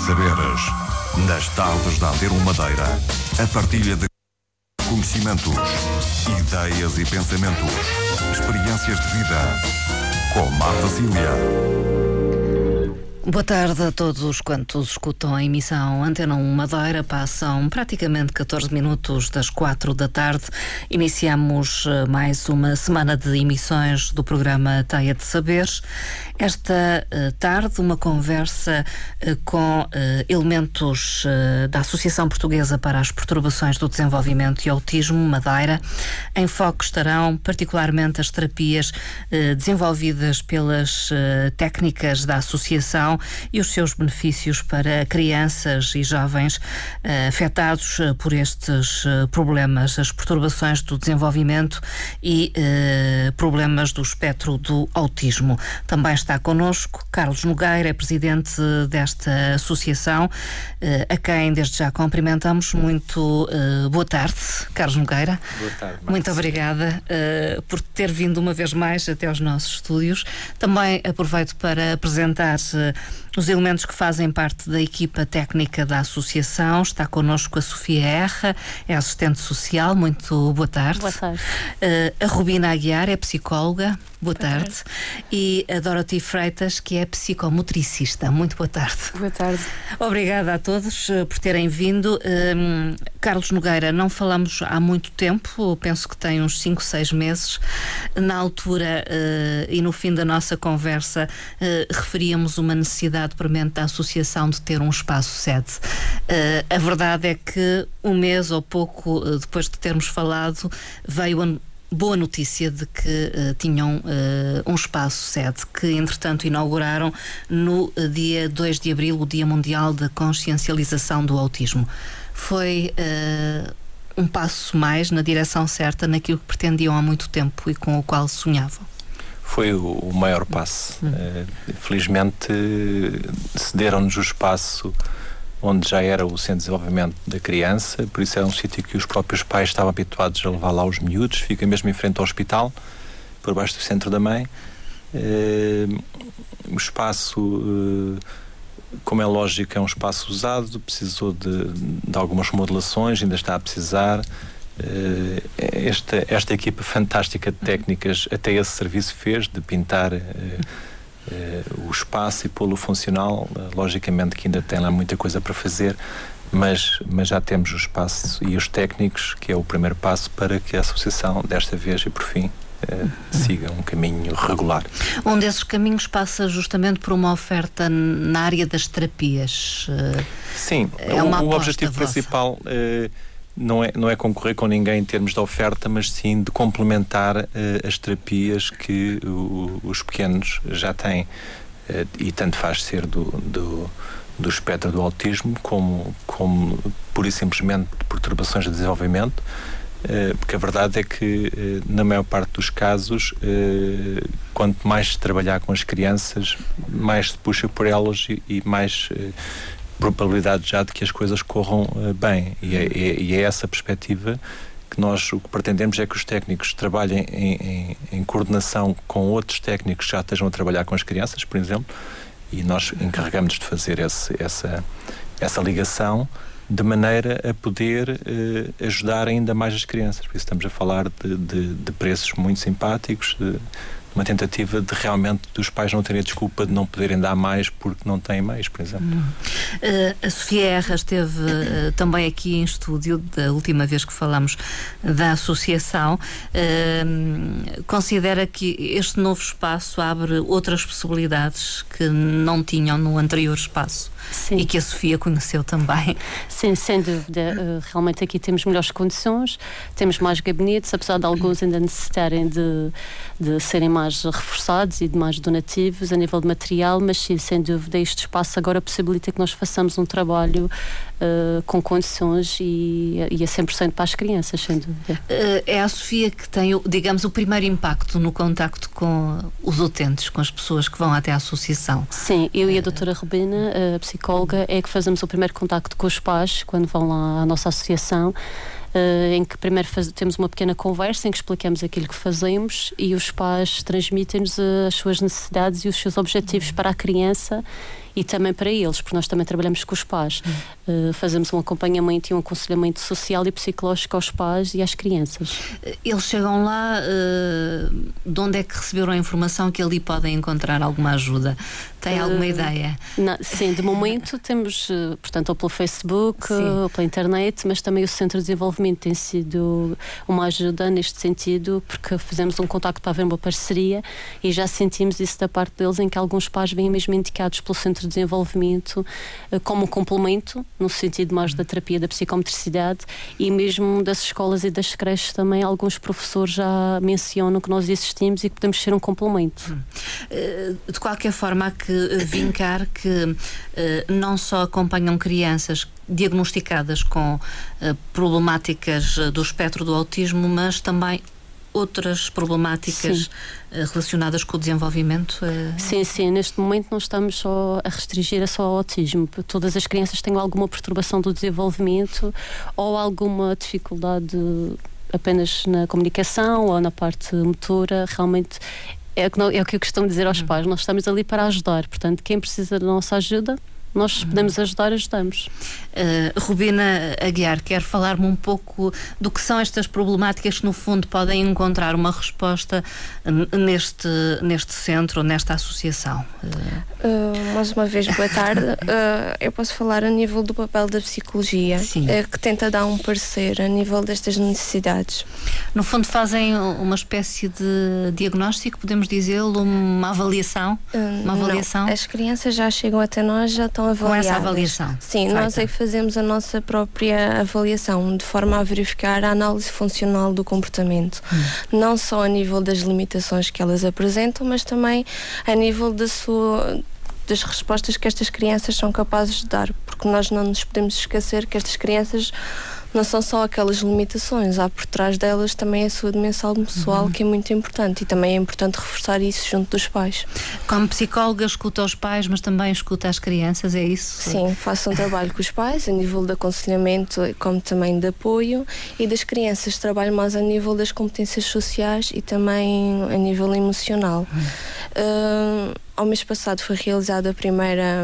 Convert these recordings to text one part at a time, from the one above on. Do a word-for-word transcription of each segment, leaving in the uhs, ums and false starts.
saberes. Nas tardes da Antena Madeira, a partilha de conhecimentos, ideias e pensamentos, experiências de vida. Com Marta Cília. Boa tarde a todos quantos escutam a emissão Antena um Madeira. Passam praticamente catorze minutos das quatro da tarde. Iniciamos mais uma semana de emissões do programa Teia de Saberes. Esta uh, tarde, uma conversa uh, com uh, elementos uh, da Associação Portuguesa para as Perturbações do Desenvolvimento e Autismo, Madeira. Em foco estarão particularmente as terapias uh, desenvolvidas pelas uh, técnicas da Associação e os seus benefícios para crianças e jovens uh, afetados uh, por estes uh, problemas, as perturbações do desenvolvimento e uh, problemas do espectro do autismo. Também está connosco Carlos Nogueira, é presidente desta associação, uh, a quem desde já cumprimentamos. Muito uh, boa tarde, Carlos Nogueira. Boa tarde, Marta. Muito obrigada uh, por ter vindo uma vez mais até aos nossos estúdios. Também aproveito para apresentar uh, os elementos que fazem parte da equipa técnica da associação. Está connosco a Sofia Erra, é assistente social. Muito boa tarde. Boa tarde. Uh, a Rubina Aguiar é psicóloga. Boa, boa tarde. tarde. E a Dorothy Freitas, que é psicomotricista. Muito boa tarde. Boa tarde. Obrigada a todos uh, por terem vindo. Um, Carlos Nogueira, não falamos há muito tempo, penso que tem uns cinco, seis meses. Na altura uh, e no fim da nossa conversa, uh, referíamos uma necessidade premente da associação de ter um espaço sede. Uh, a verdade é que um mês ou pouco uh, depois de termos falado, veio a boa notícia de que uh, tinham uh, um espaço sede, que entretanto inauguraram no uh, dia dois de abril, o Dia Mundial da Consciencialização do Autismo. Foi uh, um passo mais na direção certa naquilo que pretendiam há muito tempo e com o qual sonhavam. Foi o, o maior passo. Hum. Uh, felizmente cederam-nos o espaço onde já era o centro de desenvolvimento da criança, por isso era um sítio que os próprios pais estavam habituados a levar lá os miúdos. Fica mesmo em frente ao hospital, por baixo do Centro da Mãe. Uh, o espaço, uh, como é lógico, é um espaço usado, precisou de, de algumas remodelações, ainda está a precisar. Uh, esta, esta equipa fantástica de técnicas até esse serviço fez, de pintar uh, uh, o espaço e pô-lo funcional. Uh, logicamente que ainda tem lá muita coisa para fazer, mas, mas já temos o espaço e os técnicos, que é o primeiro passo para que a associação, desta vez e por fim, Uh, siga um caminho regular. Um desses caminhos passa justamente por uma oferta na área das terapias. Uh, Sim, é o, uma o objetivo vossa. principal uh, não, é, não é concorrer com ninguém em termos de oferta, mas sim de complementar uh, as terapias que o, os pequenos já têm, uh, e tanto faz ser do, do, do espectro do autismo como, como pura e simplesmente de perturbações de desenvolvimento. Uh, porque a verdade é que uh, na maior parte dos casos, uh, quanto mais se trabalhar com as crianças, mais se puxa por elas e, e mais uh, probabilidade já de que as coisas corram uh, bem, e é, é, e é essa perspectiva que nós o que pretendemos é que os técnicos trabalhem em, em, em coordenação com outros técnicos que já estejam a trabalhar com as crianças, por exemplo, e nós encarregamos de fazer esse, essa, essa ligação, de maneira a poder uh, ajudar ainda mais as crianças. Por isso estamos a falar de, de, de preços muito simpáticos, de, de uma tentativa de realmente dos pais não terem a desculpa de não poderem dar mais porque não têm meios, por exemplo. Hum. Uh, a Sofia Erra esteve uh, também aqui em estúdio da última vez que falamos da associação. Uh, considera que este novo espaço abre outras possibilidades que não tinham no anterior espaço? Sim. E que a Sofia conheceu também. Sim, sem dúvida. Uh, realmente aqui temos melhores condições, temos mais gabinetes, apesar de alguns ainda necessitarem de, de serem mais reforçados e de mais donativos a nível de material, mas sim, sem dúvida, este espaço agora possibilita que nós façamos um trabalho uh, com condições e, e a cem por cento para as crianças, sem dúvida. Uh, é a Sofia que tem, digamos, o primeiro impacto no contacto com os utentes, com as pessoas que vão até à associação. Sim, eu e a doutora Rubina, a psicóloga, é que fazemos o primeiro contacto com os pais quando vão lá à nossa associação. Uh, em que primeiro faz, temos uma pequena conversa em que explicamos aquilo que fazemos e os pais transmitem-nos uh, as suas necessidades e os seus objetivos para a criança e também para eles, porque nós também trabalhamos com os pais. Hum. Uh, fazemos um acompanhamento e um aconselhamento social e psicológico aos pais e às crianças. Eles chegam lá, uh, de onde é que receberam a informação que ali podem encontrar alguma ajuda? Tem alguma uh, ideia? Não, sim, de momento temos, uh, portanto, ou pelo Facebook, uh, ou pela internet, mas também o Centro de Desenvolvimento tem sido uma ajuda neste sentido, porque fizemos um contacto para haver uma parceria e já sentimos isso da parte deles, em que alguns pais vêm mesmo indicados pelo Centro de Desenvolvimento uh, como um complemento, no sentido mais da terapia da psicomotricidade, e mesmo das escolas e das creches também, alguns professores já mencionam que nós existimos e que podemos ser um complemento. Uh, de qualquer forma, há que vincar que uh, não só acompanham crianças diagnosticadas com uh, problemáticas do espectro do autismo, mas também outras problemáticas uh, relacionadas com o desenvolvimento? Uh... Sim, sim. Neste momento não estamos só a restringir a só ao autismo. Todas as crianças têm alguma perturbação do desenvolvimento ou alguma dificuldade apenas na comunicação ou na parte motora. Realmente é o que, não, é o que eu costumo dizer aos pais. Nós estamos ali para ajudar. Portanto, quem precisa da nossa ajuda, nós podemos ajudar, ajudamos. Uh, Rubina Aguiar, quer falar-me um pouco do que são estas problemáticas que, no fundo, podem encontrar uma resposta neste, neste centro, nesta associação? Uh, mais uma vez, boa tarde. Uh, eu posso falar a nível do papel da psicologia, uh, que tenta dar um parecer a nível destas necessidades. No fundo, fazem uma espécie de diagnóstico, podemos dizê-lo, uma avaliação? Uh, uma avaliação? Não, as crianças já chegam até nós, já estão avaliadas. Com essa avaliação? Sim, feita. Nós é que fazemos a nossa própria avaliação, de forma a verificar a análise funcional do comportamento. Hum. Não só a nível das limitações que elas apresentam, mas também a nível da sua... das respostas que estas crianças são capazes de dar, porque nós não nos podemos esquecer que estas crianças não são só aquelas limitações, há por trás delas também a sua dimensão pessoal, uhum. que é muito importante, e também é importante reforçar isso junto dos pais. Como psicóloga, escuta os pais, mas também escuta as crianças, é isso? Sim, faço um trabalho com os pais a nível de aconselhamento, como também de apoio, e das crianças trabalho mais a nível das competências sociais e também a nível emocional. Uhum. Uh, ao mês passado foi realizada a primeira,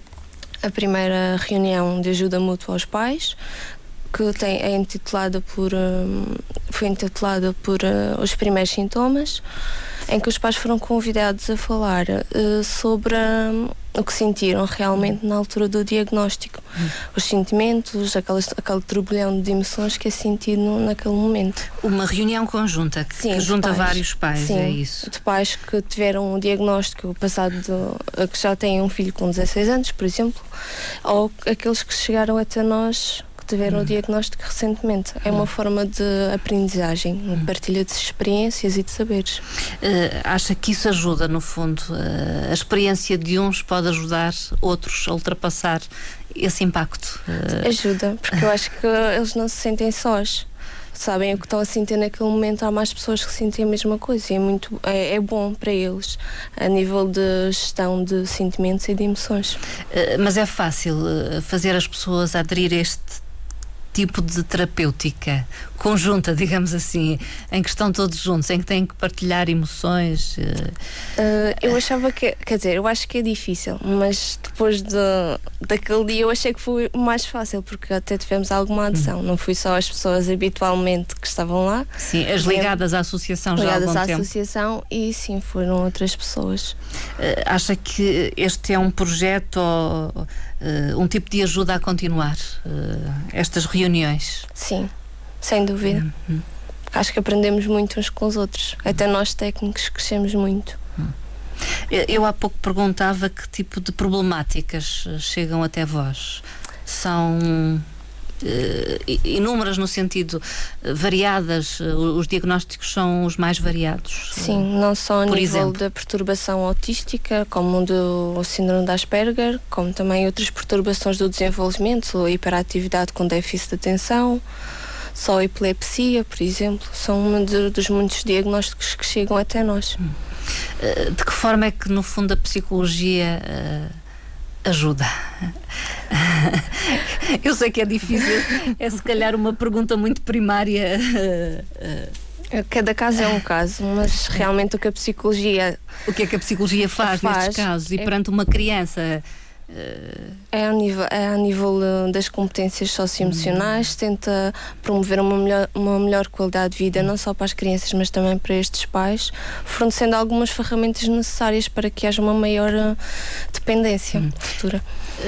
a primeira reunião de ajuda mútua aos pais, que tem, é intitulada por, um, foi intitulada por uh, os primeiros sintomas, em que os pais foram convidados a falar uh, sobre um, o que sentiram realmente na altura do diagnóstico, hum. os sentimentos, aquelas, aquele turbilhão de emoções que é sentido no, naquele momento. Uma reunião conjunta que, Sim, que junta pais. vários pais, Sim, é isso? De pais que tiveram um diagnóstico passado, de, que já têm um filho com dezasseis anos, por exemplo, ou aqueles que chegaram até nós tiveram hum. o diagnóstico recentemente. É uma hum. forma de aprendizagem, hum. partilha de experiências e de saberes. Uh, acha que isso ajuda, no fundo? Uh, a experiência de uns pode ajudar outros a ultrapassar esse impacto? Uh... Ajuda, porque eu acho que eles não se sentem sós. Sabem o que estão a sentir naquele momento. Há mais pessoas que sentem a mesma coisa e é, muito, é, é bom para eles a nível de gestão de sentimentos e de emoções. Uh, mas é fácil fazer as pessoas aderir a este tipo de terapêutica conjunta, digamos assim, em que estão todos juntos, em que têm que partilhar emoções? Uh, eu achava que, quer dizer, eu acho que é difícil, mas depois de, daquele dia eu achei que foi mais fácil, porque até tivemos alguma adesão. Hum. Não fui só as pessoas habitualmente que estavam lá. Sim, as ligadas à associação já há algum tempo. Ligadas à associação, e sim, foram outras pessoas. Uh, acha que este é um projeto ou uh, um tipo de ajuda a continuar? Uh, estas reuniões? Sim, sem dúvida. Uhum. Acho que aprendemos muito uns com os outros. Uhum. Até nós técnicos crescemos muito. Uhum. Eu há pouco perguntava que tipo de problemáticas chegam até vós. São uh, inúmeras no sentido uh, variadas, uh, os diagnósticos são os mais variados? Sim, não só a Por nível exemplo? da perturbação autística, como do síndrome de Asperger, como também outras perturbações do desenvolvimento, a hiperatividade com déficit de atenção, só a epilepsia, por exemplo, são um de, dos muitos diagnósticos que chegam até nós. Hum. Uh, de que forma é que, no fundo, a psicologia uh, ajuda? Eu sei que é difícil, é se calhar uma pergunta muito primária. Uh, uh, Cada caso é um caso, mas realmente o que a psicologia... O que é que a psicologia faz, faz nestes casos? E é... perante uma criança É a nível, é a nível das competências socioemocionais, hum. tenta promover uma melhor, uma melhor qualidade de vida, não só para as crianças, mas também para estes pais, fornecendo algumas ferramentas necessárias para que haja uma maior dependência hum. futura.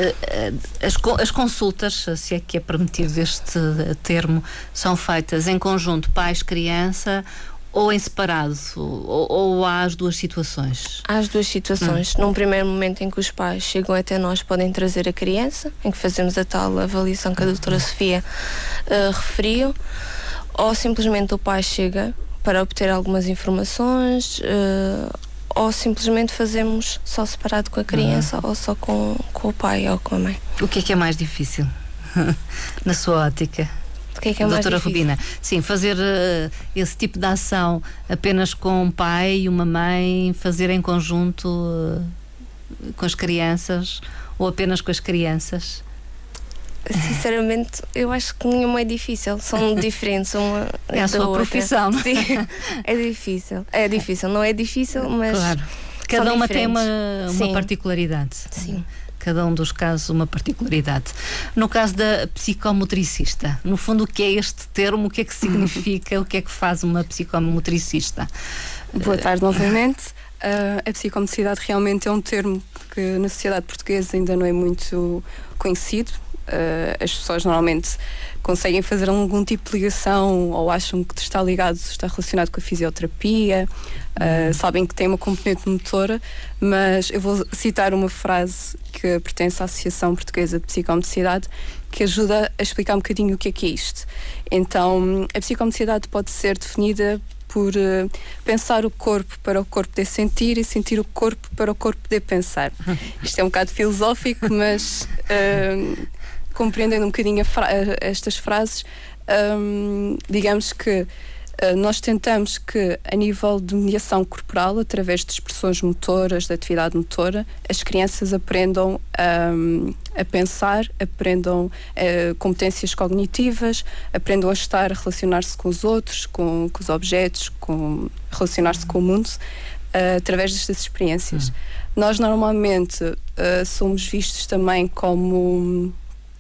As, as consultas, se é que é permitido este termo, são feitas em conjunto, pais, criança, ou em separado, ou, ou há as duas situações? Há as duas situações. Hum. Num primeiro momento em que os pais chegam até nós, podem trazer a criança, em que fazemos a tal avaliação que a doutora Sofia uh, referiu, ou simplesmente o pai chega para obter algumas informações, uh, ou simplesmente fazemos só separado com a criança, uhum. ou só com, com o pai ou com a mãe. O que é que é mais difícil, na sua ótica? O que é que é mais doutora difícil? Rubina, sim, fazer uh, esse tipo de ação apenas com um pai e uma mãe, fazer em conjunto uh, com as crianças ou apenas com as crianças? Sinceramente, eu acho que nenhuma é difícil, são diferentes uma é a sua outra. Profissão. Sim, é difícil, é difícil, não é difícil, mas claro. Cada uma diferentes. tem uma, uma particularidade. Sim. Cada um dos casos uma particularidade. No caso da psicomotricista, no fundo, o que é este termo? O que é que significa? O que é que faz uma psicomotricista? Boa tarde novamente. Uh, a psicomotricidade realmente é um termo que na sociedade portuguesa ainda não é muito conhecido. Uh, as pessoas normalmente conseguem fazer algum tipo de ligação ou acham que está ligado, está relacionado com a fisioterapia, uh, sabem que tem uma componente motora, mas eu vou citar uma frase que pertence à Associação Portuguesa de Psicomotricidade que ajuda a explicar um bocadinho o que é que é isto. Então, a psicomotricidade pode ser definida por uh, pensar o corpo para o corpo poder sentir e sentir o corpo para o corpo poder pensar. Isto é um bocado filosófico, mas uh, compreendendo um bocadinho fra- estas frases, um, digamos que uh, nós tentamos que a nível de mediação corporal, através de expressões motoras, de atividade motora, as crianças aprendam um, a pensar, aprendam uh, competências cognitivas, aprendam a estar, a relacionar-se com os outros, com, com os objetos, com, relacionar-se com o mundo, uh, através destas experiências. Hum. Nós normalmente uh, somos vistos também como...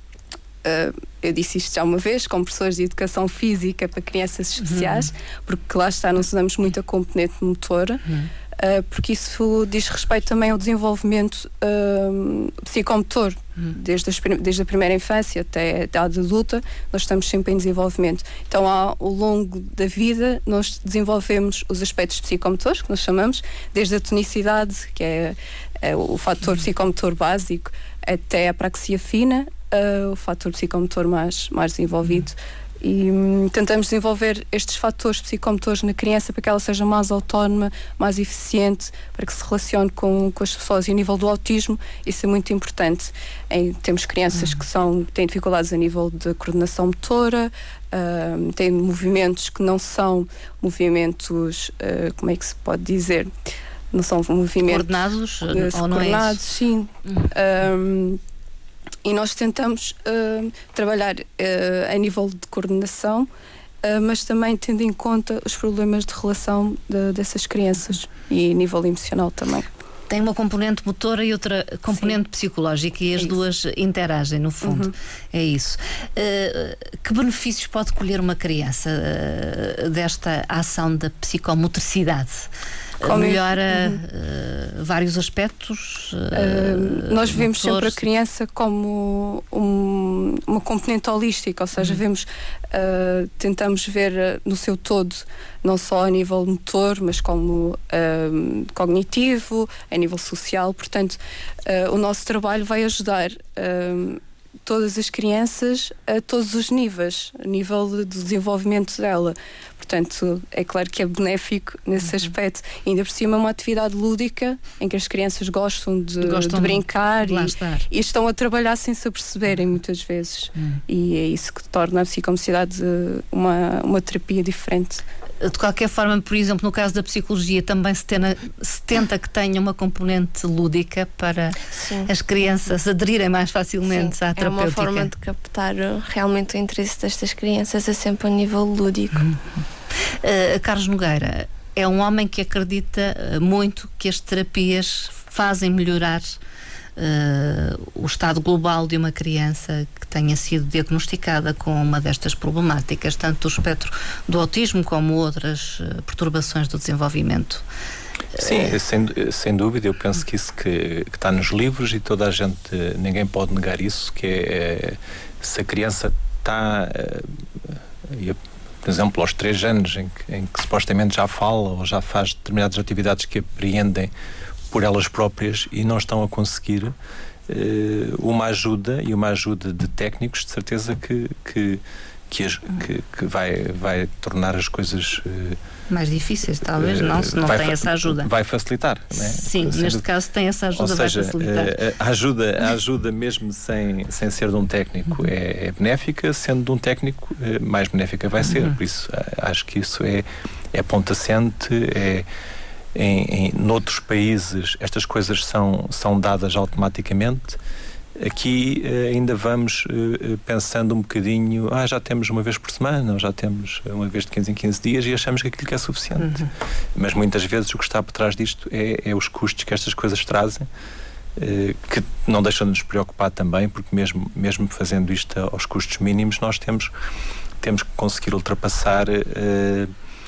Uh, eu disse isto já uma vez, como professores de educação física para crianças especiais, uhum. porque lá está, nós usamos muito a componente motora, uhum. uh, porque isso diz respeito também ao desenvolvimento uh, psicomotor, uhum. desde, as, desde a primeira infância até a idade adulta, nós estamos sempre em desenvolvimento. Então, ao longo da vida, nós desenvolvemos os aspectos psicomotores, que nós chamamos, desde a tonicidade, que é, é o fator uhum. psicomotor básico, até a praxia fina, Uh, o fator psicomotor mais, mais desenvolvido, e um, tentamos desenvolver estes fatores psicomotores na criança para que ela seja mais autónoma, mais eficiente, para que se relacione com, com as pessoas. E a nível do autismo, isso é muito importante. Em, temos crianças que são, têm dificuldades a nível de coordenação motora, uh, têm movimentos que não são movimentos, uh, como é que se pode dizer? Não são movimentos coordenados, uh, ou não coordenados, é isso? Sim. Hum. Um, E nós tentamos uh, trabalhar uh, a nível de coordenação, uh, mas também tendo em conta os problemas de relação de, dessas crianças e a nível emocional também. Tem uma componente motora e outra componente Sim. psicológica e as é duas interagem, no fundo. Uhum. É isso. Uh, que benefícios pode colher uma criança uh, desta ação da psicomotricidade? Como melhora uhum. uh, vários aspectos? Uh, uh, nós vemos motores. Sempre a criança como um, uma componente holística, ou seja, uhum. vemos, uh, tentamos ver uh, no seu todo, não só a nível motor, mas como uh, cognitivo, a nível social. Portanto, uh, o nosso trabalho vai ajudar uh, todas as crianças a todos os níveis, a nível de desenvolvimento dela. Portanto, é claro que é benéfico nesse uhum. aspecto. E ainda por cima é uma atividade lúdica em que as crianças gostam de, gostam de brincar de e, e estão a trabalhar sem se aperceberem uhum. muitas vezes. Uhum. E é isso que torna a psicomotricidade uma, uma terapia diferente. De qualquer forma, por exemplo, no caso da psicologia, também se, tena, se tenta que tenha uma componente lúdica para Sim. as crianças aderirem mais facilmente Sim. à terapêutica. É uma forma de captar realmente o interesse destas crianças, é sempre a nível lúdico. Uhum. Uh, Carlos Nogueira é um homem que acredita muito que as terapias fazem melhorar uh, o estado global de uma criança que tenha sido diagnosticada com uma destas problemáticas, tanto do espectro do autismo como outras uh, perturbações do desenvolvimento? Sim, sem, sem dúvida. Eu penso que isso que, que está nos livros, e toda a gente, ninguém pode negar isso, que é, se a criança está, uh, por exemplo, aos três anos, em que, em que supostamente já fala ou já faz determinadas atividades que apreendem por elas próprias e não estão a conseguir, uh, uma ajuda, e uma ajuda de técnicos, de certeza que, que, que, as, que, que vai, vai tornar as coisas uh, mais difíceis, talvez, uh, não, se não tem essa ajuda. Vai facilitar, não é? Sim, Sendo, neste caso tem essa ajuda, ou seja, vai facilitar. Uh, a ajuda, a ajuda mesmo sem, sem ser de um técnico, uhum. é, é benéfica, sendo de um técnico, uh, mais benéfica vai ser. Uhum. Por isso, uh, acho que isso é, é ponto assente, é... Em, em noutros países estas coisas são, são dadas automaticamente. Aqui eh, ainda vamos eh, pensando um bocadinho, ah, já temos uma vez por semana, ou já temos uma vez de quinze em quinze dias, e achamos que aquilo que é suficiente. Uhum. Mas muitas vezes o que está por trás disto é, é os custos que estas coisas trazem, eh, que não deixam de nos preocupar também, porque mesmo, mesmo fazendo isto aos custos mínimos, nós temos, temos que conseguir ultrapassar eh,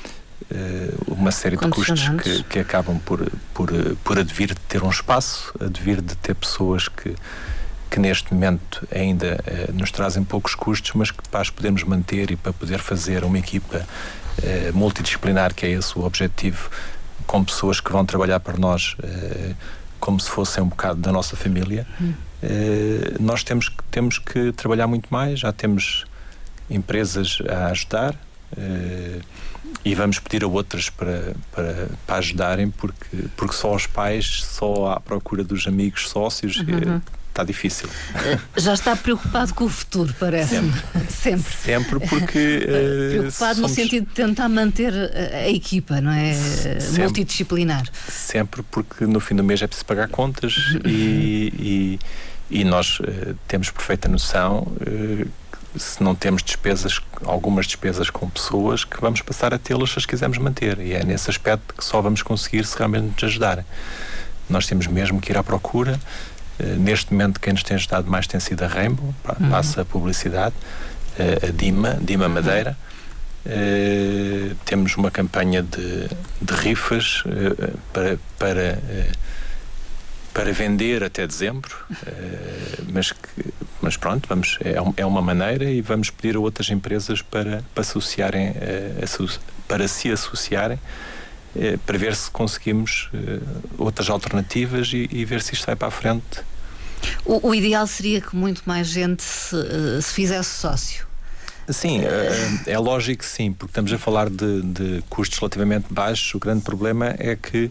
Uh, uma série de custos que, que acabam por, por, por advir de ter um espaço, advir de ter pessoas que, que neste momento ainda uh, nos trazem poucos custos, mas que para as podermos manter e para poder fazer uma equipa uh, multidisciplinar, que é esse o objetivo, com pessoas que vão trabalhar para nós uh, como se fossem um bocado da nossa família, hum. uh, nós temos, temos que trabalhar muito mais. Já temos empresas a ajudar, uh, e vamos pedir a outras para, para, para ajudarem, porque, porque só os pais, só à procura dos amigos, sócios, uhum. está difícil. Já está preocupado com o futuro, parece-me. Sempre. Sempre. Sempre, porque... Uh, preocupado somos... no sentido de tentar manter a, a equipa, não é? Sempre. Multidisciplinar. Sempre, porque no fim do mês é preciso pagar contas e, e, e nós uh, temos perfeita noção uh, se não temos despesas, algumas despesas com pessoas, que vamos passar a tê-las se as quisermos manter, e é nesse aspecto que só vamos conseguir se realmente nos ajudar. Nós temos mesmo que ir à procura. Uh, neste momento quem nos tem ajudado mais tem sido a Rainbow, uhum. passa a publicidade, uh, a Dima, Dima Madeira. Uh, temos uma campanha de, de rifas uh, para, para, uh, para vender até dezembro, uh, mas que Mas pronto, vamos, é, é uma maneira, e vamos pedir a outras empresas para, para, associarem, para se associarem, para ver se conseguimos outras alternativas e, e ver se isto vai para a frente. O, o ideal seria que muito mais gente se, se fizesse sócio. Sim, é lógico que sim, porque estamos a falar de, de custos relativamente baixos. O grande problema é que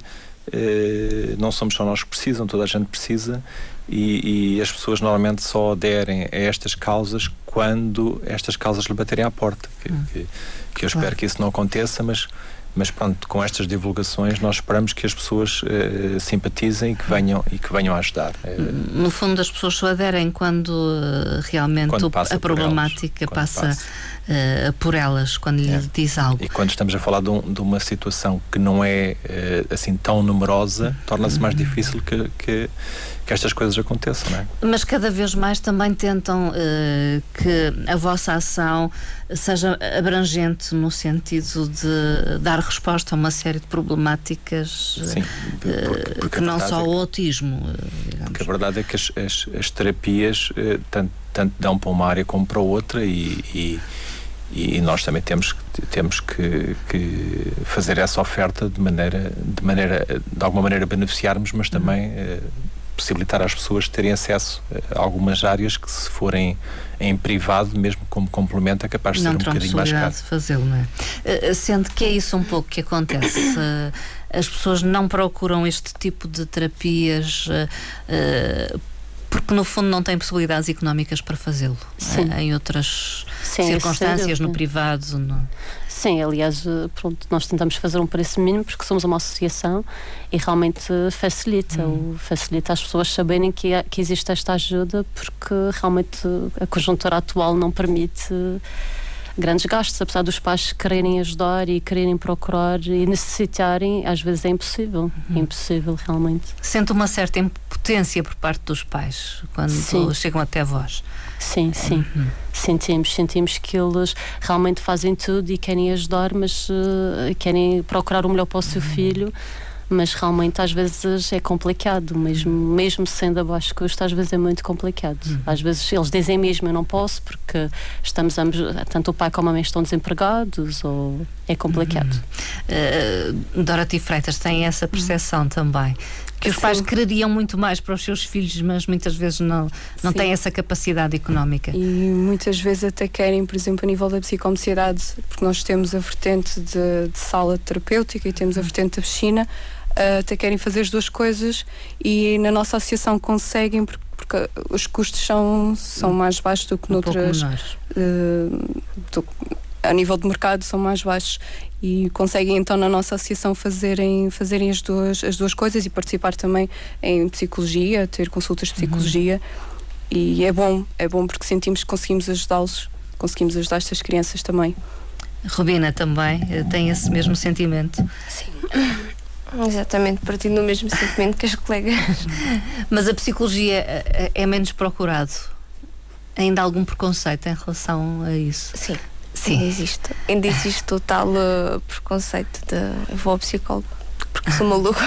Uh, não somos só nós que precisam, toda a gente precisa, e, e as pessoas normalmente só aderem a estas causas quando estas causas lhe baterem à porta, que, hum. que, que eu espero claro. que isso não aconteça, mas, mas pronto, com estas divulgações nós esperamos que as pessoas uh, simpatizem e que venham, e que venham a ajudar. Uh, no fundo, as pessoas só aderem quando uh, realmente quando o, a problemática elas, passa, passa. Uh, por elas, quando lhe é. diz algo. E quando estamos a falar de, um, de uma situação que não é uh, assim tão numerosa, torna-se mais difícil que, que, que estas coisas aconteçam, não é? Mas cada vez mais também tentam uh, que a vossa ação seja abrangente, no sentido de dar resposta a uma série de problemáticas. Sim, porque, porque que não só é que, o autismo, digamos. Porque a verdade é que as, as, as terapias uh, tanto, tanto dão para uma área como para outra, e, e E nós também temos, temos que, que fazer essa oferta de maneira, de maneira, de alguma maneira beneficiarmos, mas também eh, possibilitar às pessoas terem acesso a algumas áreas que, se forem em privado, mesmo como complemento, é capaz de ser um bocadinho mais caro. Não terão possibilidade de fazê-lo, não é? Sendo que é isso um pouco que acontece. As pessoas não procuram este tipo de terapias porque no fundo não têm possibilidades económicas para fazê-lo, é? Em outras Sim, circunstâncias, no privado. No... Sim, aliás, pronto, nós tentamos fazer um preço mínimo porque somos uma associação e realmente facilita, hum. o, facilita as pessoas saberem que, que existe esta ajuda, porque realmente a conjuntura atual não permite grandes gastos, apesar dos pais quererem ajudar e quererem procurar e necessitarem, às vezes é impossível, uhum. é impossível realmente. Sente uma certa impotência por parte dos pais quando sim. chegam até vós? Sim, sim. Uhum. Sentimos, sentimos que eles realmente fazem tudo e querem ajudar, mas uh, querem procurar o melhor para o seu uhum. filho, mas realmente às vezes é complicado, mesmo, mesmo sendo a baixo custo, às vezes é muito complicado. Uhum. Às vezes eles dizem mesmo, eu não posso porque estamos ambos, tanto o pai como a mãe estão desempregados, ou é complicado. Uhum. Uh, Dorothy Freitas tem essa percepção uhum. também, que os pais quereriam muito mais para os seus filhos, mas muitas vezes não, não têm essa capacidade económica. E muitas vezes até querem, por exemplo, a nível da psicomotricidade, porque nós temos a vertente de, de sala terapêutica e temos a vertente da piscina, até querem fazer as duas coisas e na nossa associação conseguem, porque, porque os custos são, são mais baixos do que um noutras. Uh, do, a nível de mercado são mais baixos e conseguem então na nossa associação fazerem, fazerem as, duas, as duas coisas e participar também em psicologia, ter consultas de psicologia uhum. e é bom, é bom porque sentimos que conseguimos ajudá-los, conseguimos ajudar estas crianças também. Robina também tem esse mesmo sentimento? Sim. Exatamente, partindo do mesmo sentimento que as colegas. Mas a psicologia é menos procurado? Ainda há algum preconceito em relação a isso? Sim, sim. Ainda existe. Ainda existe o tal uh, preconceito de eu vou ao psicólogo porque sou maluco.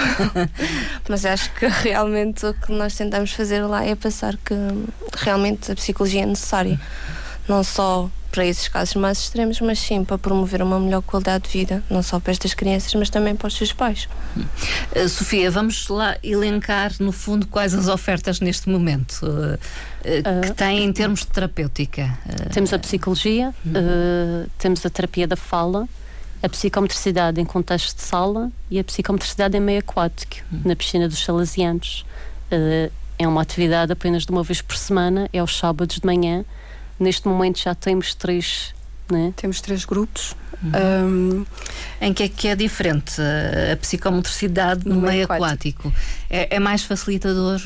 Mas acho que realmente o que nós tentamos fazer lá é passar que realmente a psicologia é necessária. Não só para esses casos mais extremos, mas sim para promover uma melhor qualidade de vida, não só para estas crianças, mas também para os seus pais. Uh, Sofia, vamos lá elencar, no fundo, quais as ofertas neste momento uh, uh, que têm em termos de terapêutica. Uh, temos a psicologia, uh, temos a terapia da fala, a psicomotricidade em contexto de sala e a psicomotricidade em meio aquático, uh. na piscina dos Salesianos. Uh, é uma atividade apenas de uma vez por semana, é aos sábados de manhã. Neste momento já temos três, né? Temos três grupos. Uhum. Um, em que é que é diferente a psicomotricidade no, no meio aquático? aquático? É, é mais facilitador?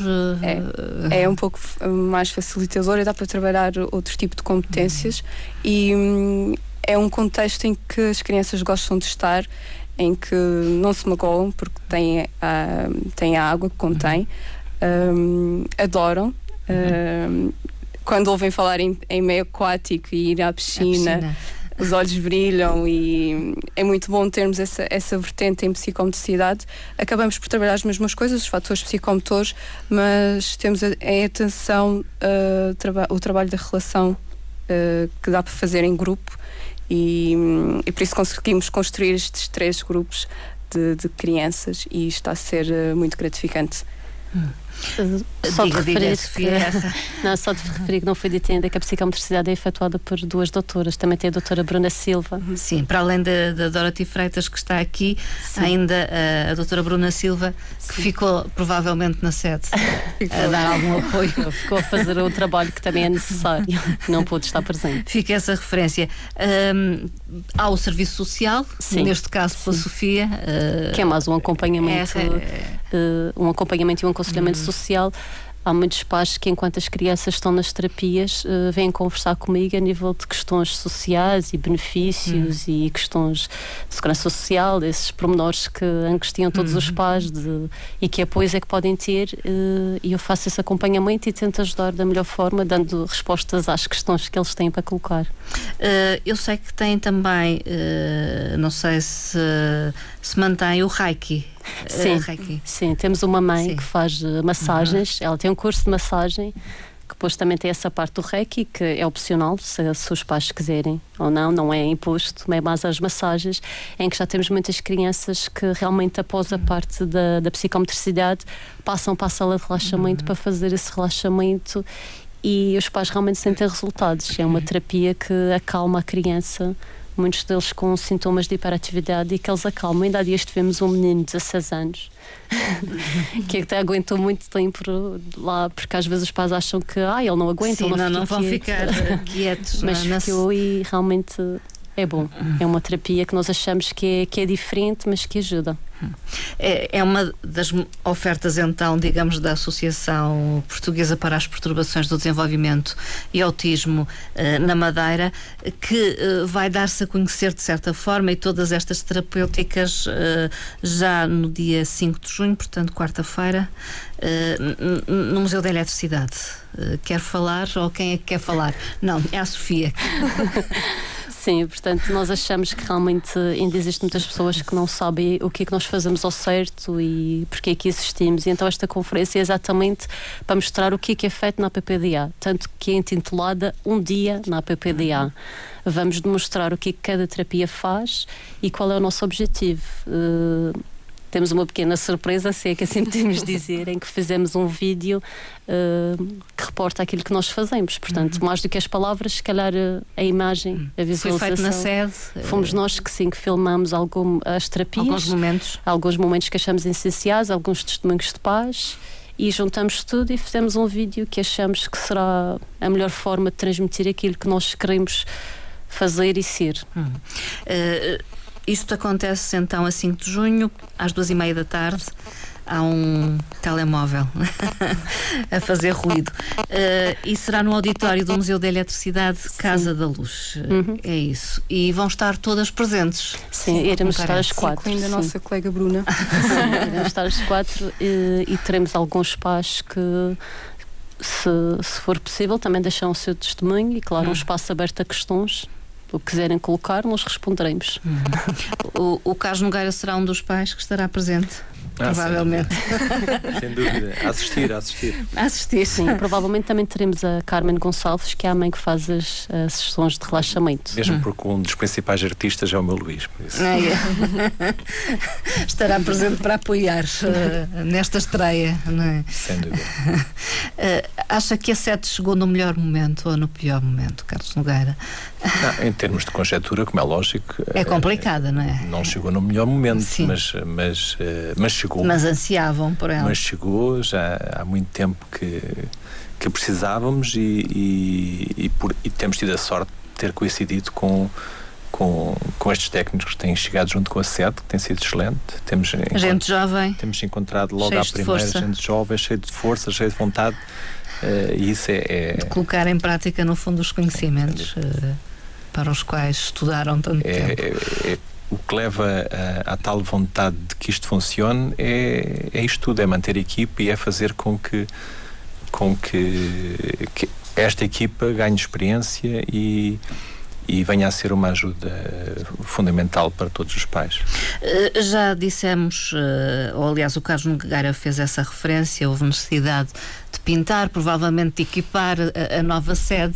É, é um pouco mais facilitador e dá para trabalhar outro tipo de competências. Uhum. E hum, é um contexto em que as crianças gostam de estar, em que não se magoam porque têm a, têm a água que contém, uhum. um, adoram. Uhum. Um, Quando ouvem falar em, em meio aquático e ir à piscina, piscina, os olhos brilham e é muito bom termos essa, essa vertente em psicomotricidade. Acabamos por trabalhar as mesmas coisas, os fatores psicomotores, mas temos a, a atenção, uh, traba, o trabalho da relação uh, que dá para fazer em grupo e, e por isso conseguimos construir estes três grupos de, de crianças e está a ser uh, muito gratificante. Hum. Só diga, de referir diga, que, não, só de referir que não foi dito ainda que a psicomotricidade é efetuada por duas doutoras. Também tem a doutora Bruna Silva. Sim, para além da, da Dorothy Freitas que está aqui, sim. ainda a, a doutora Bruna Silva, que sim. ficou provavelmente na sede a dar algum apoio. Ficou a fazer o trabalho que também é necessário, não pôde estar presente. Fica essa referência. Um, há o serviço social, sim. neste caso pela sim. Sofia, uh, que é mais um acompanhamento, é, uh, um acompanhamento e um aconselhamento hum. social. Há muitos pais que, enquanto as crianças estão nas terapias, uh, vêm conversar comigo a nível de questões sociais e benefícios hum. e questões de segurança social, esses pormenores que angustiam todos hum. os pais de, e que apoios é que podem ter, uh, e eu faço esse acompanhamento e tento ajudar da melhor forma, dando respostas às questões que eles têm para colocar. Uh, eu sei que tem também, uh, não sei se, se mantém o Reiki. Sim, uh, Reiki. Sim, temos uma mãe sim. que faz uh, massagens, uhum. ela tem um curso de massagem, que depois também tem essa parte do Reiki, que é opcional, se, se os pais quiserem ou não, não é imposto, é mais as massagens, em que já temos muitas crianças que realmente após a parte da, da psicomotricidade passam para a sala de relaxamento uhum. para fazer esse relaxamento e os pais realmente sentem resultados. É uma terapia que acalma a criança, muitos deles com sintomas de hiperatividade, e que eles acalmam. Ainda há dias tivemos um menino de dezasseis anos que até aguentou muito tempo lá, porque às vezes os pais acham que ah, ele não aguenta, sim, ele não, não, não vão quieto. ficar quietos, mas não, ficou e realmente é bom. É uma terapia que nós achamos que é, que é diferente, mas que ajuda. É, é uma das ofertas, então, digamos, da Associação Portuguesa para as Perturbações do Desenvolvimento e Autismo eh, na Madeira, que eh, vai dar-se a conhecer de certa forma, e todas estas terapêuticas eh, já no dia cinco de junho, portanto, quarta-feira, eh, no Museu da Eletricidade. Eh, quer falar ou quem é que quer falar? Não, é a Sofia. Sim, portanto, nós achamos que realmente ainda existem muitas pessoas que não sabem o que é que nós fazemos ao certo e porque é que existimos. E então esta conferência é exatamente para mostrar o que é que é feito na A P P D A, tanto que é intitulada Um Dia na A P P D A. Vamos demonstrar o que é que cada terapia faz e qual é o nosso objetivo. Uh, Temos uma pequena surpresa, se é que assim podemos dizer, em que fizemos um vídeo uh, que reporta aquilo que nós fazemos. Portanto, uhum. mais do que as palavras, se calhar a imagem, a visualização. Foi feito na sede? Fomos nós que sim, que filmamos algum, as terapias. Alguns momentos. Alguns momentos que achamos essenciais, alguns testemunhos de paz. E juntamos tudo e fizemos um vídeo que achamos que será a melhor forma de transmitir aquilo que nós queremos fazer e ser. Uhum. Uh, Isto acontece então a cinco de junho, às duas e meia da tarde. Há um telemóvel a fazer ruído. Uh, e será no auditório do Museu da Eletricidade, Casa Sim. da Luz. Uhum. É isso. E vão estar todas presentes. Sim, iremos estar às quatro. Incluindo a nossa colega Bruna. Sim, iremos estar às quatro e, e teremos alguns pais que, se, se for possível, também deixam o seu testemunho e, claro, uhum. um espaço aberto a questões. O que quiserem colocar, nós responderemos. Uhum. O, o Carlos Nogueira será um dos pais que estará presente, ah, provavelmente. Sem dúvida. A assistir, a assistir. A assistir. Sim, provavelmente também teremos a Carmen Gonçalves, que é a mãe que faz as, as sessões de relaxamento. Mesmo hum. porque um dos principais artistas é o meu Luís. Por isso. Ah, é. Estará presente para apoiar uh, nesta estreia, não é? Sem dúvida. Uh, acha que a sete chegou no melhor momento ou no pior momento, Carlos Nogueira? Não, em termos de conjectura, como é lógico, é complicada, não é? Não chegou no melhor momento, mas, mas, mas chegou. Mas ansiavam por ela. Mas chegou, já há muito tempo que, que precisávamos e, e, e, por, e temos tido a sorte de ter coincidido com, com, com estes técnicos que têm chegado junto com a sede, que tem sido excelente. Temos gente jovem. Temos encontrado logo à primeira gente jovem, cheia de força, cheia de vontade. Uh, e isso é, é... de colocar em prática, no fundo, os conhecimentos uh, para os quais estudaram tanto é, tempo. É, é, o que leva a, a tal vontade de que isto funcione é, é isto tudo, é manter a equipe e é fazer com que, com que, que esta equipa ganhe experiência e, e venha a ser uma ajuda fundamental para todos os pais. Uh, já dissemos, uh, ou aliás o Carlos Nogueira fez essa referência, houve necessidade de pintar, provavelmente de equipar a, a nova sede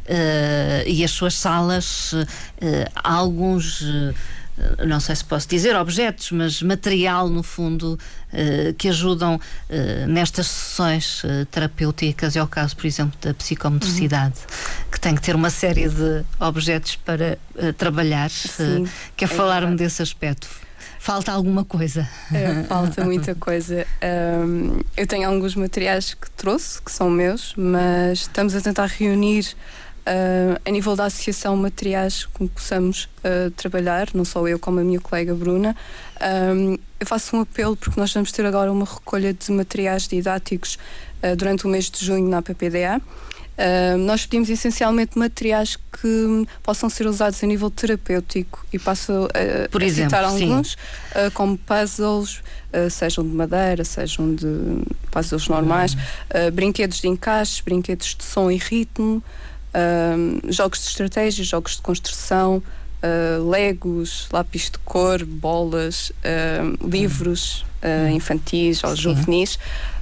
uh, e as suas salas. Uh, há alguns, uh, não sei se posso dizer objetos, mas material no fundo uh, que ajudam uh, nestas sessões uh, terapêuticas. É o caso, por exemplo, da psicomotricidade, uhum. que tem que ter uma série de objetos para uh, trabalhar. Uh, quer é falar-me verdade. Desse aspecto? Falta alguma coisa? É, falta muita coisa. Um, eu tenho alguns materiais que trouxe, que são meus, mas estamos a tentar reunir uh, a nível da associação materiais com que possamos uh, trabalhar, não só eu como a minha colega Bruna. Um, eu faço um apelo porque nós vamos ter agora uma recolha de materiais didáticos uh, durante o mês de junho na A P P D A. Uh, nós pedimos essencialmente materiais que possam ser usados a nível terapêutico e passo a, Por a exemplo, citar alguns, uh, como puzzles, uh, sejam de madeira, sejam de puzzles normais, uh, brinquedos de encaixe, brinquedos de som e ritmo, uh, jogos de estratégia, jogos de construção, uh, legos, lápis de cor, bolas, uh, livros uh, infantis ou juvenis.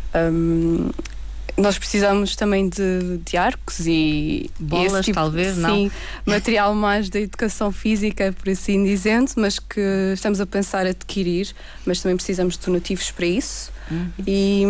Um, Nós precisamos também de, de arcos e bolas, tipo, talvez, sim, não? material mais da educação física, por assim dizendo, mas que estamos a pensar adquirir, mas também precisamos de donativos para isso. Uhum. E,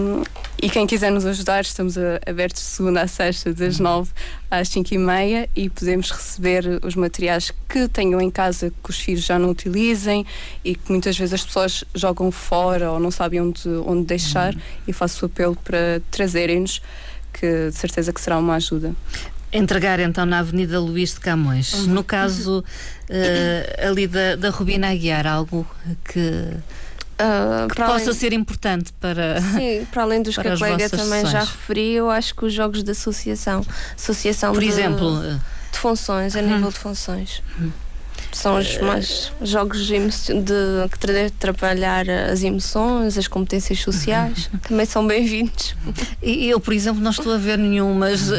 e quem quiser nos ajudar, estamos a, abertos de segunda a sexta, das nove às cinco e meia, e podemos receber os materiais que tenham em casa que os filhos já não utilizem e que muitas vezes as pessoas jogam fora ou não sabem onde, onde deixar. Uhum. E faço o apelo para trazerem-nos, que de certeza que será uma ajuda. Entregar então na Avenida Luís de Camões. Uhum. No caso uh, ali da, da Rubina Aguiar, algo que, uh, que possa além... ser importante para. Sim, para além dos para que a colega também sessões. Já referiu, eu acho que os jogos de associação, associação por de, exemplo, de funções, a uhum. nível de funções. Uhum. São os mais jogos de, de que devem trabalhar as emoções, as competências sociais, uhum. também são bem-vindos. E eu, por exemplo, não estou a ver nenhum, mas uh,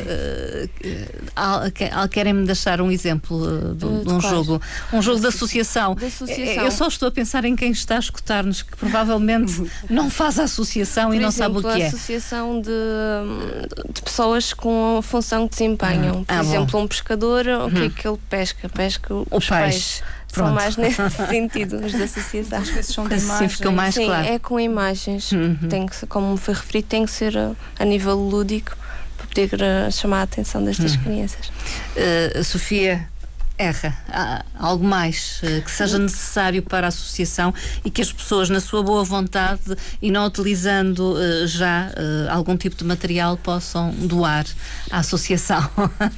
uh, querem-me deixar um exemplo uh, de, uh, de um jogo, um jogo de associação. de associação. Eu só estou a pensar em quem está a escutar-nos, que provavelmente não faz a associação por e não exemplo, sabe o que é. a associação de, de pessoas com a função que desempenham. Por ah, exemplo, bom. um pescador, o uhum. que é que ele pesca? Pesca os pais. Pronto. São mais nesse sentido, os da associação. Às vezes são de assim imagens. Ficam mais Sim, claro. é com imagens. Uhum. Tem que, como foi referido, tem que ser a, a nível lúdico para poder uh, chamar a atenção destas uhum. crianças. Uh, Sofia, erra. Há algo mais uh, que seja necessário para a associação e que as pessoas, na sua boa vontade e não utilizando uh, já uh, algum tipo de material, possam doar à associação?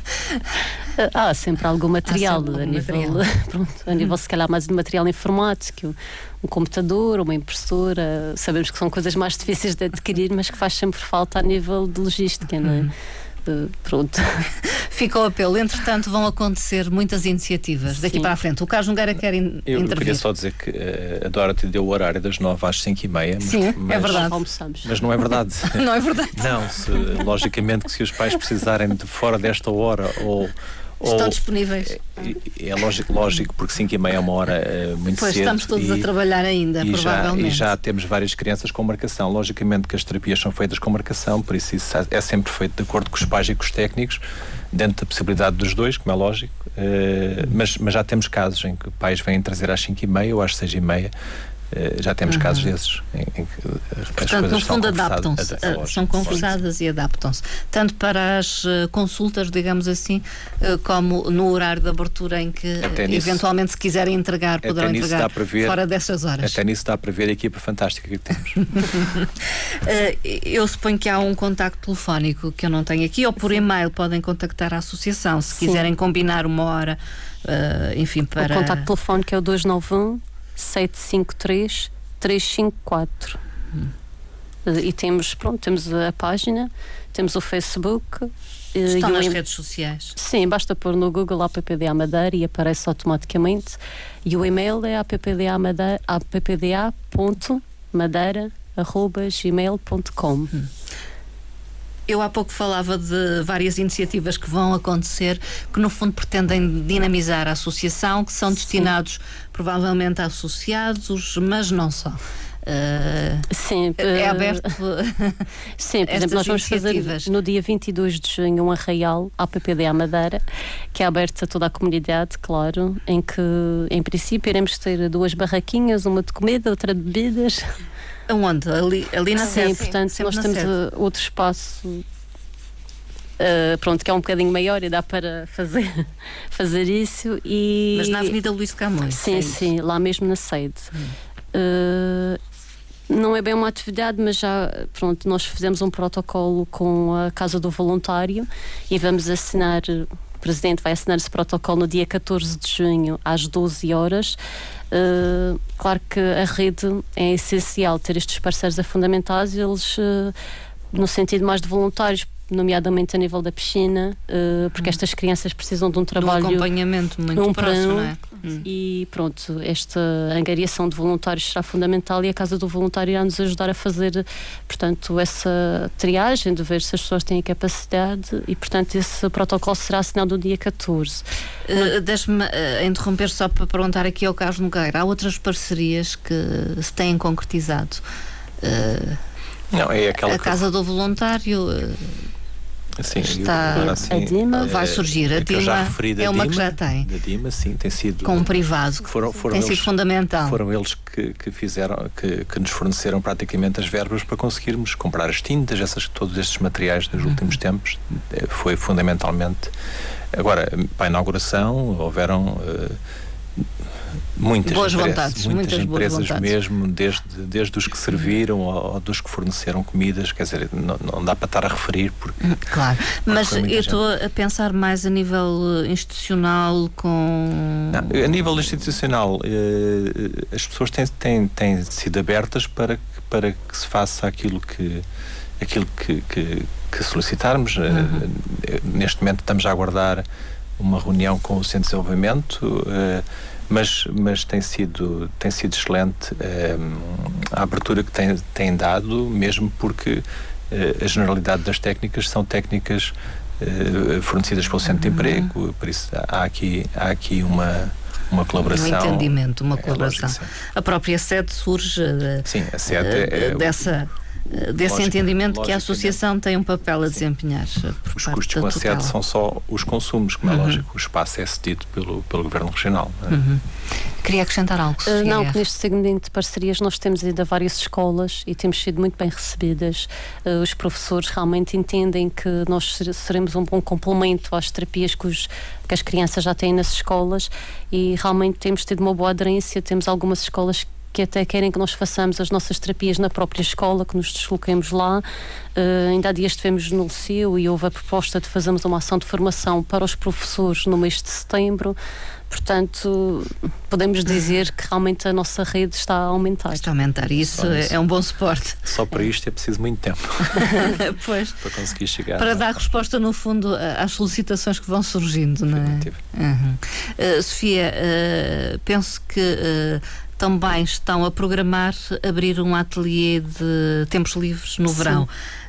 Há sempre algum material, sempre a, algum nível, material. Pronto, a nível se calhar mais de material informático, um computador, uma impressora. Sabemos que são coisas mais difíceis de adquirir, mas que faz sempre falta a nível de logística, não é? De, pronto. Fica o apelo. Entretanto, vão acontecer muitas iniciativas daqui Sim. para a frente. O Carlos Nogueira quer in eu, intervir. Eu queria só dizer que uh, a Dorothy deu o horário das nove às cinco e meia. Mas, Sim, mas, é verdade. Mas não é verdade. Não é verdade. Não, se, logicamente que se os pais precisarem de fora desta hora ou estão ou, disponíveis. É, é lógico, lógico, porque cinco e meia é uma hora uh, muito pois cedo. Estamos todos e, a trabalhar ainda, e provavelmente. Já, e já temos várias crianças com marcação. Logicamente que as terapias são feitas com marcação, por isso isso é sempre feito de acordo com os pais e com os técnicos, dentro da possibilidade dos dois, como é lógico. Uh, mas, mas já temos casos em que pais vêm trazer às cinco e meia ou às seis e meia. Uh, já temos uhum. casos desses em, em que as Portanto, coisas no fundo são adaptam-se, uh, são conversadas e adaptam-se, tanto para as uh, consultas, digamos assim, uh, como no horário de abertura em que uh, eventualmente, se quiserem entregar, poderão entregar ver, fora dessas horas. Até nisso dá para ver a equipa fantástica que temos. uh, eu suponho que há um contacto telefónico que eu não tenho aqui, ou por Sim. e-mail podem contactar a associação, se Sim. quiserem combinar uma hora, uh, enfim, para... O contacto telefónico é o dois nove um sete cinco três três cinco quatro. Hum. E temos, pronto, temos a página, temos o Facebook. Estão e nas o... redes sociais? Sim, basta pôr no Google A P P D A Madeira e aparece automaticamente. E o e-mail é a p p d a ponto madeira arroba gmail ponto com. Hum. Eu há pouco falava de várias iniciativas que vão acontecer, que no fundo pretendem dinamizar a associação, que são destinados Sim. provavelmente a associados, mas não só. Uh, Sim, é aberto. Sim, por exemplo, nós vamos fazer no dia vinte e dois de junho um arraial à P P D A Madeira, que é aberto a toda a comunidade, claro, em que em princípio iremos ter duas barraquinhas, uma de comida, outra de bebidas. Aonde? Ali, ali na Sim, sede. portanto, Sim, nós temos uh, outro espaço uh, pronto, que é um bocadinho maior e dá para fazer, fazer isso. E... Mas na Avenida Luís de Camões? Sim, é sim, lá mesmo na sede. Hum. Uh, não é bem uma atividade, mas já, pronto, nós fizemos um protocolo com a Casa do Voluntário e vamos assinar, o Presidente vai assinar esse protocolo no dia catorze de junho às doze horas. Uh, claro que a rede é essencial, ter estes parceiros é fundamental, eles uh, no sentido mais de voluntários, nomeadamente a nível da piscina, uh, porque hum. estas crianças precisam de um trabalho, de um acompanhamento muito um próximo, não é? Hum. E pronto, esta angariação de voluntários será fundamental e a Casa do Voluntário irá nos ajudar a fazer, portanto, essa triagem de ver se as pessoas têm a capacidade e, portanto, esse protocolo será assinado no dia catorze. Uh, Deixe-me uh, interromper só para perguntar aqui ao Carlos Nogueira, há outras parcerias que se têm concretizado? Uh, Não, é aquela a Casa do Voluntário uh, Sim, está agora, assim, a DIMA, vai surgir. A, a DIMA é uma DIMA, que já tem. A DIMA, sim, tem sido com um privado. Foram, foram tem eles, sido fundamental. Foram eles que, que fizeram, que, que nos forneceram praticamente as verbas para conseguirmos comprar as tintas, essas, todos estes materiais dos uhum. últimos tempos. Foi fundamentalmente. Agora, para a inauguração, houveram uh, Muitas boas empresas, vontades, muitas, muitas empresas boas vontades. mesmo, desde, desde os que serviram ou, ou dos que forneceram comidas, quer dizer, não, não dá para estar a referir porque... Claro, porque mas eu gente. estou a pensar mais a nível institucional com... Não, a nível institucional, eh, as pessoas têm, têm, têm sido abertas para, para que se faça aquilo que, aquilo que, que, que solicitarmos. Uhum. Eh, neste momento estamos a aguardar uma reunião com o Centro de Desenvolvimento, eh, mas, mas tem sido, tem sido excelente eh, a abertura que tem, tem dado, mesmo porque eh, a generalidade das técnicas são técnicas eh, fornecidas pelo Centro de Emprego, por isso há aqui, há aqui uma, uma colaboração. Um entendimento, uma é, colaboração. Lógico, a própria sede surge de, sim, a sede é, dessa... desse Lógico, entendimento que a associação tem um papel a desempenhar. Por os parte custos da com a tutela. sede são só os consumos, como é Uhum. lógico, o espaço é cedido pelo, pelo Governo Regional. Não é? Uhum. Queria acrescentar algo, Uh, não, Guerra. que neste segmento de parcerias nós temos ido a várias escolas e temos sido muito bem recebidas. Uh, os professores realmente entendem que nós seremos um bom complemento às terapias que, os, que as crianças já têm nas escolas e realmente temos tido uma boa aderência. Temos algumas escolas que até querem que nós façamos as nossas terapias na própria escola, que nos desloquemos lá. Uh, ainda há dias estivemos no Liceu e houve a proposta de fazermos uma ação de formação para os professores no mês de setembro. Portanto, podemos dizer que realmente a nossa rede está a aumentar. Está a aumentar. E isso é, é um bom suporte. Só para isto é preciso muito tempo. Pois. Para conseguir chegar. Para dar resposta, no fundo, às solicitações que vão surgindo, não é? Uhum. Uh, Sofia, uh, penso que uh, também estão a programar abrir um ateliê de tempos livres no Sim. verão.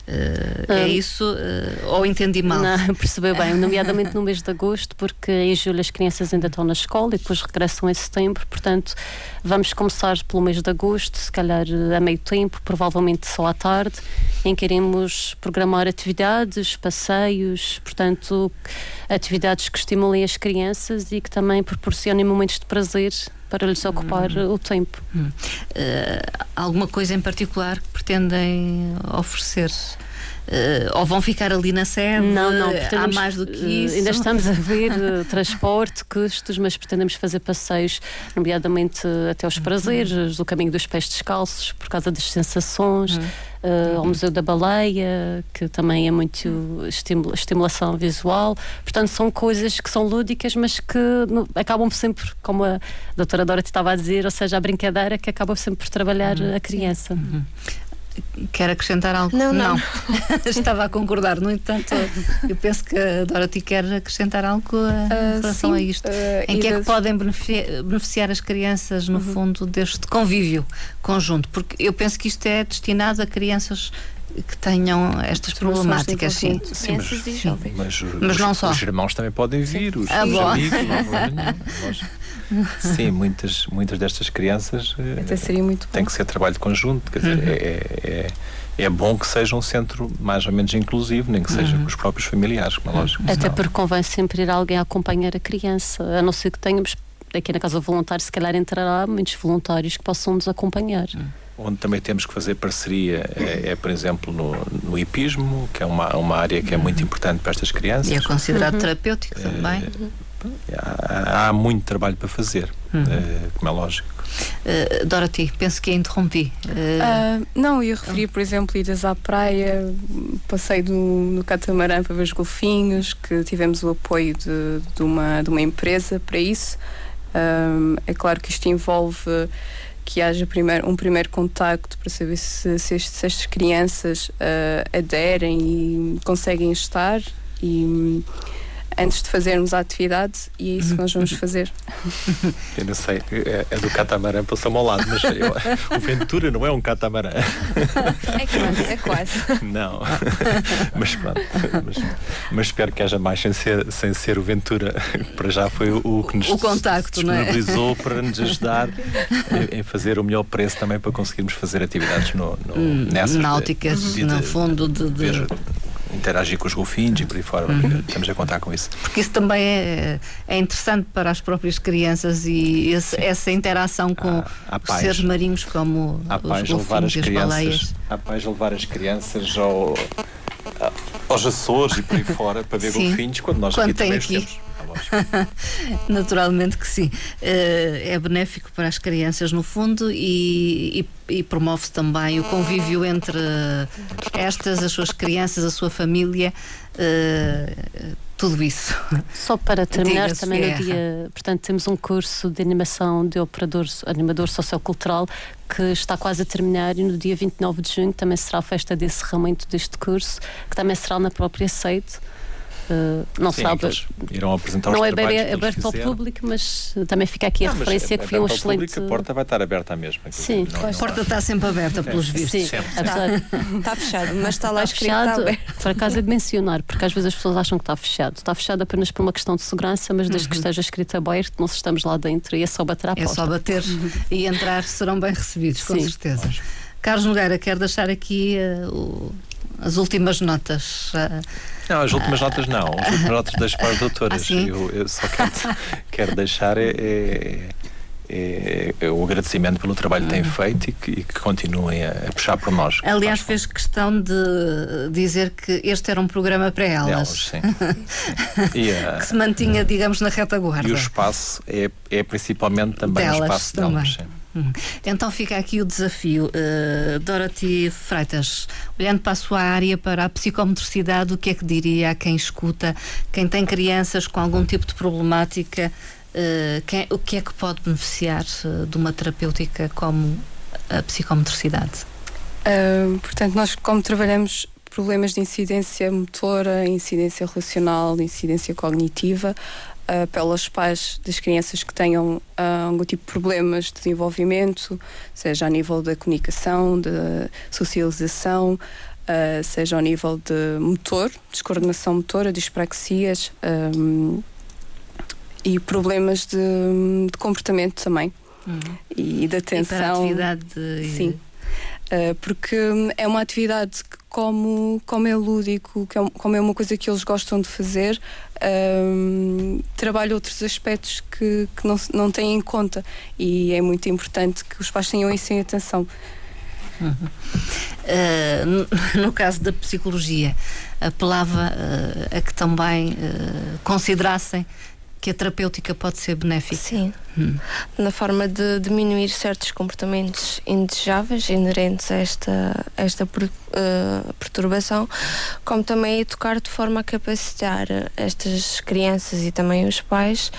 Uh, é um, isso uh, ou entendi mal? Não, percebeu bem, nomeadamente no mês de agosto, porque em julho as crianças ainda estão na escola e depois regressam em setembro, portanto vamos começar pelo mês de agosto, se calhar a meio tempo, provavelmente só à tarde, em que iremos programar atividades, passeios, portanto atividades que estimulem as crianças e que também proporcionem momentos de prazer para lhes ocupar hum. o tempo. Hum. Uh, alguma coisa em particular que pretendem oferecer? Uh, ou vão ficar ali na sede? Não, não. Há mais do que isso? Uh, ainda estamos a ver uh, transporte, custos, mas pretendemos fazer passeios, nomeadamente uh, até aos prazeres, do caminho dos pés descalços, por causa das sensações, uhum. uh, ao Museu da Baleia, que também é muito estimula, estimulação visual. Portanto, são coisas que são lúdicas, mas que no, acabam sempre, como a doutora Dora estava a dizer, ou seja, a brincadeira que acaba sempre por trabalhar uhum. a criança. Uhum. Quer acrescentar algo? Não, não. não. Estava a concordar. No entanto, eu penso que a Dorothy quer acrescentar algo a, em uh, relação sim, a isto. Uh, em que é que podem beneficiar, beneficiar as crianças, no uhum. fundo, deste convívio conjunto? Porque eu penso que isto é destinado a crianças que tenham estas problemáticas, sim. Sim, mas, e jovens. Mas, mas os, não só. Os irmãos também podem vir, os, ah, os bom. amigos, não, sim, muitas, muitas destas crianças Até seria muito tem bom. que ser trabalho de conjunto, quer dizer, uhum. é, é, é bom que seja um centro mais ou menos inclusivo, nem que seja uhum. com os próprios familiares, como é lógico. Até senão... porque convém sempre ir alguém a acompanhar a criança, a não ser que tenhamos, aqui na Casa Voluntária, se calhar entrará muitos voluntários que possam nos acompanhar. Uhum. Onde também temos que fazer parceria é, é por exemplo, no, no hipismo, que é uma, uma área que é muito importante para estas crianças. E é considerado uhum. terapêutico é, também. Uhum. Há, há muito trabalho para fazer, uhum. é, como é lógico. Uh, Dorothy, penso que a interrompi. Uh... Uh, não, eu referi, por exemplo, idas à praia, passei no, no catamarã para ver os golfinhos, que tivemos o apoio de, de, uma, de uma empresa para isso. Uh, é claro que isto envolve que haja primeiro, um primeiro contacto para saber se, se, estes, se estas crianças uh, aderem e conseguem estar e antes de fazermos a atividade, e é isso que nós vamos fazer. Eu não sei, é, é do catamarã passou-me ao lado, mas eu, o Ventura não é um catamarã. É quase, é quase. Não, mas pronto, mas, mas espero que haja mais sem ser, sem ser o Ventura, que para já foi o, o que nos o contacto, disponibilizou, não é? Para nos ajudar em, em fazer o melhor preço também para conseguirmos fazer atividades no, no, nessas náuticas, de, de, no fundo de, de... de interagir com os golfinhos e por aí fora. Uhum. Estamos a contar com isso. Porque isso também é, é interessante para as próprias crianças e esse, essa interação com há, há os pais, seres marinhos como os golfinhos e as baleias. Há pais a levar as crianças ao, aos Açores e por aí fora para ver Sim. golfinhos, quando nós quando aqui também aqui. temos. Naturalmente que sim. É benéfico para as crianças, no fundo, e, e, e promove-se também o convívio entre estas, as suas crianças, a sua família, tudo isso. Só para terminar, Diga-se, também no Guerra. dia, portanto, temos um curso de animação de operador, animador sociocultural que está quase a terminar, e no dia vinte e nove de junho também será a festa de encerramento deste curso, que também será na própria sede. Uh, não Sim, será eles irão apresentar não os é trabalhos bem que eles aberto ao fizeram. público, mas uh, também fica aqui a Não, mas referência é- que foi um aberto ao excelente. público, a porta vai estar aberta à mesma. Sim. Não- A não- porta está sempre aberta, pelos vistos. Sim, Sempre, apesar de Está fechado, mas está lá Está escrito que está fechado, aberto. por acaso é de mencionar, porque às vezes as pessoas acham que está fechado. Está fechado apenas por uma questão de segurança, mas desde que esteja escrito aberto, nós estamos lá dentro e é só bater à É porta. só bater e entrar, serão bem recebidos, com Sim. certeza. Carlos Nogueira, quer deixar aqui uh, o- as últimas notas. Uh, Não, as últimas notas não. As últimas notas das para as doutoras. Ah, sim? eu, eu só quero, quero deixar é, é, é, é o agradecimento pelo trabalho que têm feito e que, e que continuem a, a puxar por nós. aliás, Faz fez questão de dizer que este era um programa para parte elas, delas, sim. E, a- que se mantinha, digamos, na retaguarda. e o espaço é, é principalmente também Delas o espaço também. delas. Sim. Hum. Então fica aqui o desafio. Uh, Dorothy Freitas, olhando para a sua área, para a psicomotricidade, o que é que diria a quem escuta, quem tem crianças com algum tipo de problemática, uh, quem, o que é que pode beneficiar uh, de uma terapêutica como a psicomotricidade? Uh, portanto, nós, como trabalhamos problemas de incidência motora, incidência relacional, incidência cognitiva, uh, pelos pais das crianças que tenham uh, algum tipo de problemas de desenvolvimento, seja a nível da comunicação, de socialização, uh, seja ao nível de motor, descoordenação motora, dispraxias, um, e problemas de, de comportamento também, Hum. e de atenção. Hiperatividade e- Sim. Uh, porque é uma atividade que, como, como é lúdico, que é, um- como é uma coisa que eles gostam de fazer, um, trabalha outros aspectos que, que não, se- não têm em conta, e é muito importante que os pais tenham isso em atenção. Uhum. Uh, no, no caso da psicologia, apelava uh, a que também uh, considerassem que a terapêutica pode ser benéfica. Sim, Hum. na forma de diminuir certos comportamentos indesejáveis inerentes a esta, a esta per- uh, perturbação, como também a educar de forma a capacitar estas crianças e também os pais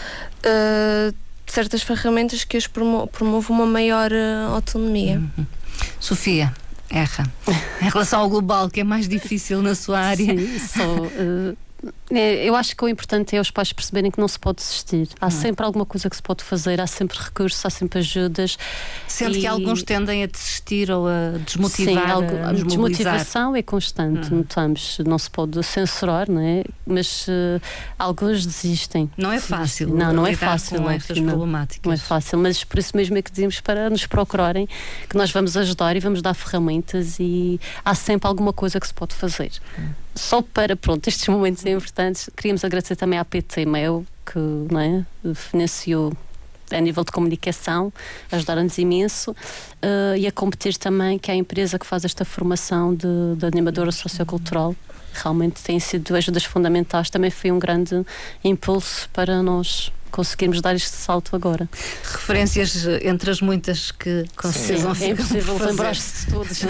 uh, de certas ferramentas que os promo- promovam uma maior uh, autonomia. Uhum. Sofia, erra. Em relação ao global, que é mais difícil na sua área. Sim, só, uh, é, eu acho que o importante é os pais perceberem que não se pode desistir. Há sempre alguma coisa que se pode fazer, há sempre recursos, há sempre ajudas. Sendo E- que alguns tendem a desistir ou a desmotivar, Sim, algo, a a desmobilizar. desmotivação é constante, notamos. Não se pode censurar, não é? Mas uh, alguns desistem. Não é fácil. Não, não é lidar fácil. com não, estas não. problemáticas. Não é fácil, mas por isso mesmo é que dizemos para nos procurarem, que nós vamos ajudar e vamos dar ferramentas, e há sempre alguma coisa que se pode fazer. Só para, pronto, estes momentos importantes, queríamos agradecer também à P T M E U, que, não é, financiou a nível de comunicação, ajudaram-nos imenso, uh, e a Competir também, que é a empresa que faz esta formação de, de animadora sociocultural. Realmente têm sido ajudas fundamentais, também foi um grande impulso para nós conseguirmos dar este salto agora. Referências entre as muitas que com certeza É ficam impossível por fazer. lembrar-se de todos.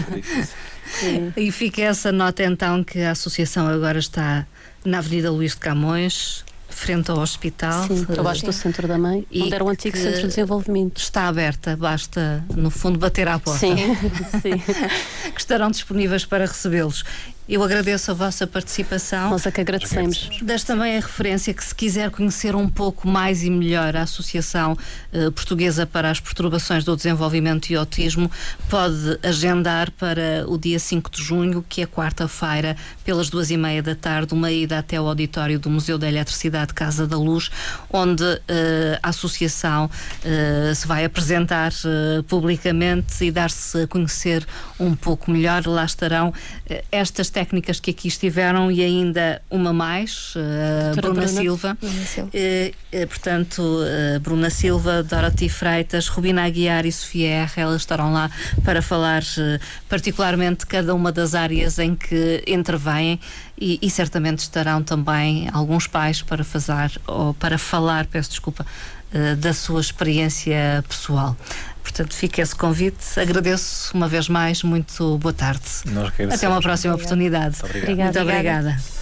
Sim. E fica essa nota então que a associação agora está na Avenida Luís de Camões, frente ao hospital. Sim, para baixo Eh, do Centro da Mãe, E onde era o antigo que Centro de Desenvolvimento. Está aberta, basta no fundo bater à porta. Sim, sim. Que estarão disponíveis para recebê-los. Eu agradeço a vossa participação. Nós é que agradecemos. Deixo também a referência que, se quiser conhecer um pouco mais e melhor a Associação eh, Portuguesa para as Perturbações do Desenvolvimento e Autismo, pode agendar para o dia cinco de junho, que é quarta-feira, pelas duas e meia da tarde, uma ida até ao auditório do Museu da Eletricidade Casa da Luz, onde eh, a Associação eh, se vai apresentar eh, publicamente e dar-se a conhecer um pouco melhor. Lá estarão eh, estas técnicas técnicas que aqui estiveram e ainda uma mais, uh, Bruna, Bruna Silva. Bruna Silva. Uh, uh, portanto, uh, Bruna Silva, Dorothy Freitas, Rubina Aguiar e Sofia R. Elas estarão lá para falar uh, particularmente cada uma das áreas em que intervêm e, e certamente estarão também alguns pais para fazer, ou para falar, peço desculpa, uh, da sua experiência pessoal. Portanto, fica esse convite. Agradeço uma vez mais. Muito boa tarde. Nós Até uma próxima Obrigada. oportunidade. Muito obrigado. Muito obrigada.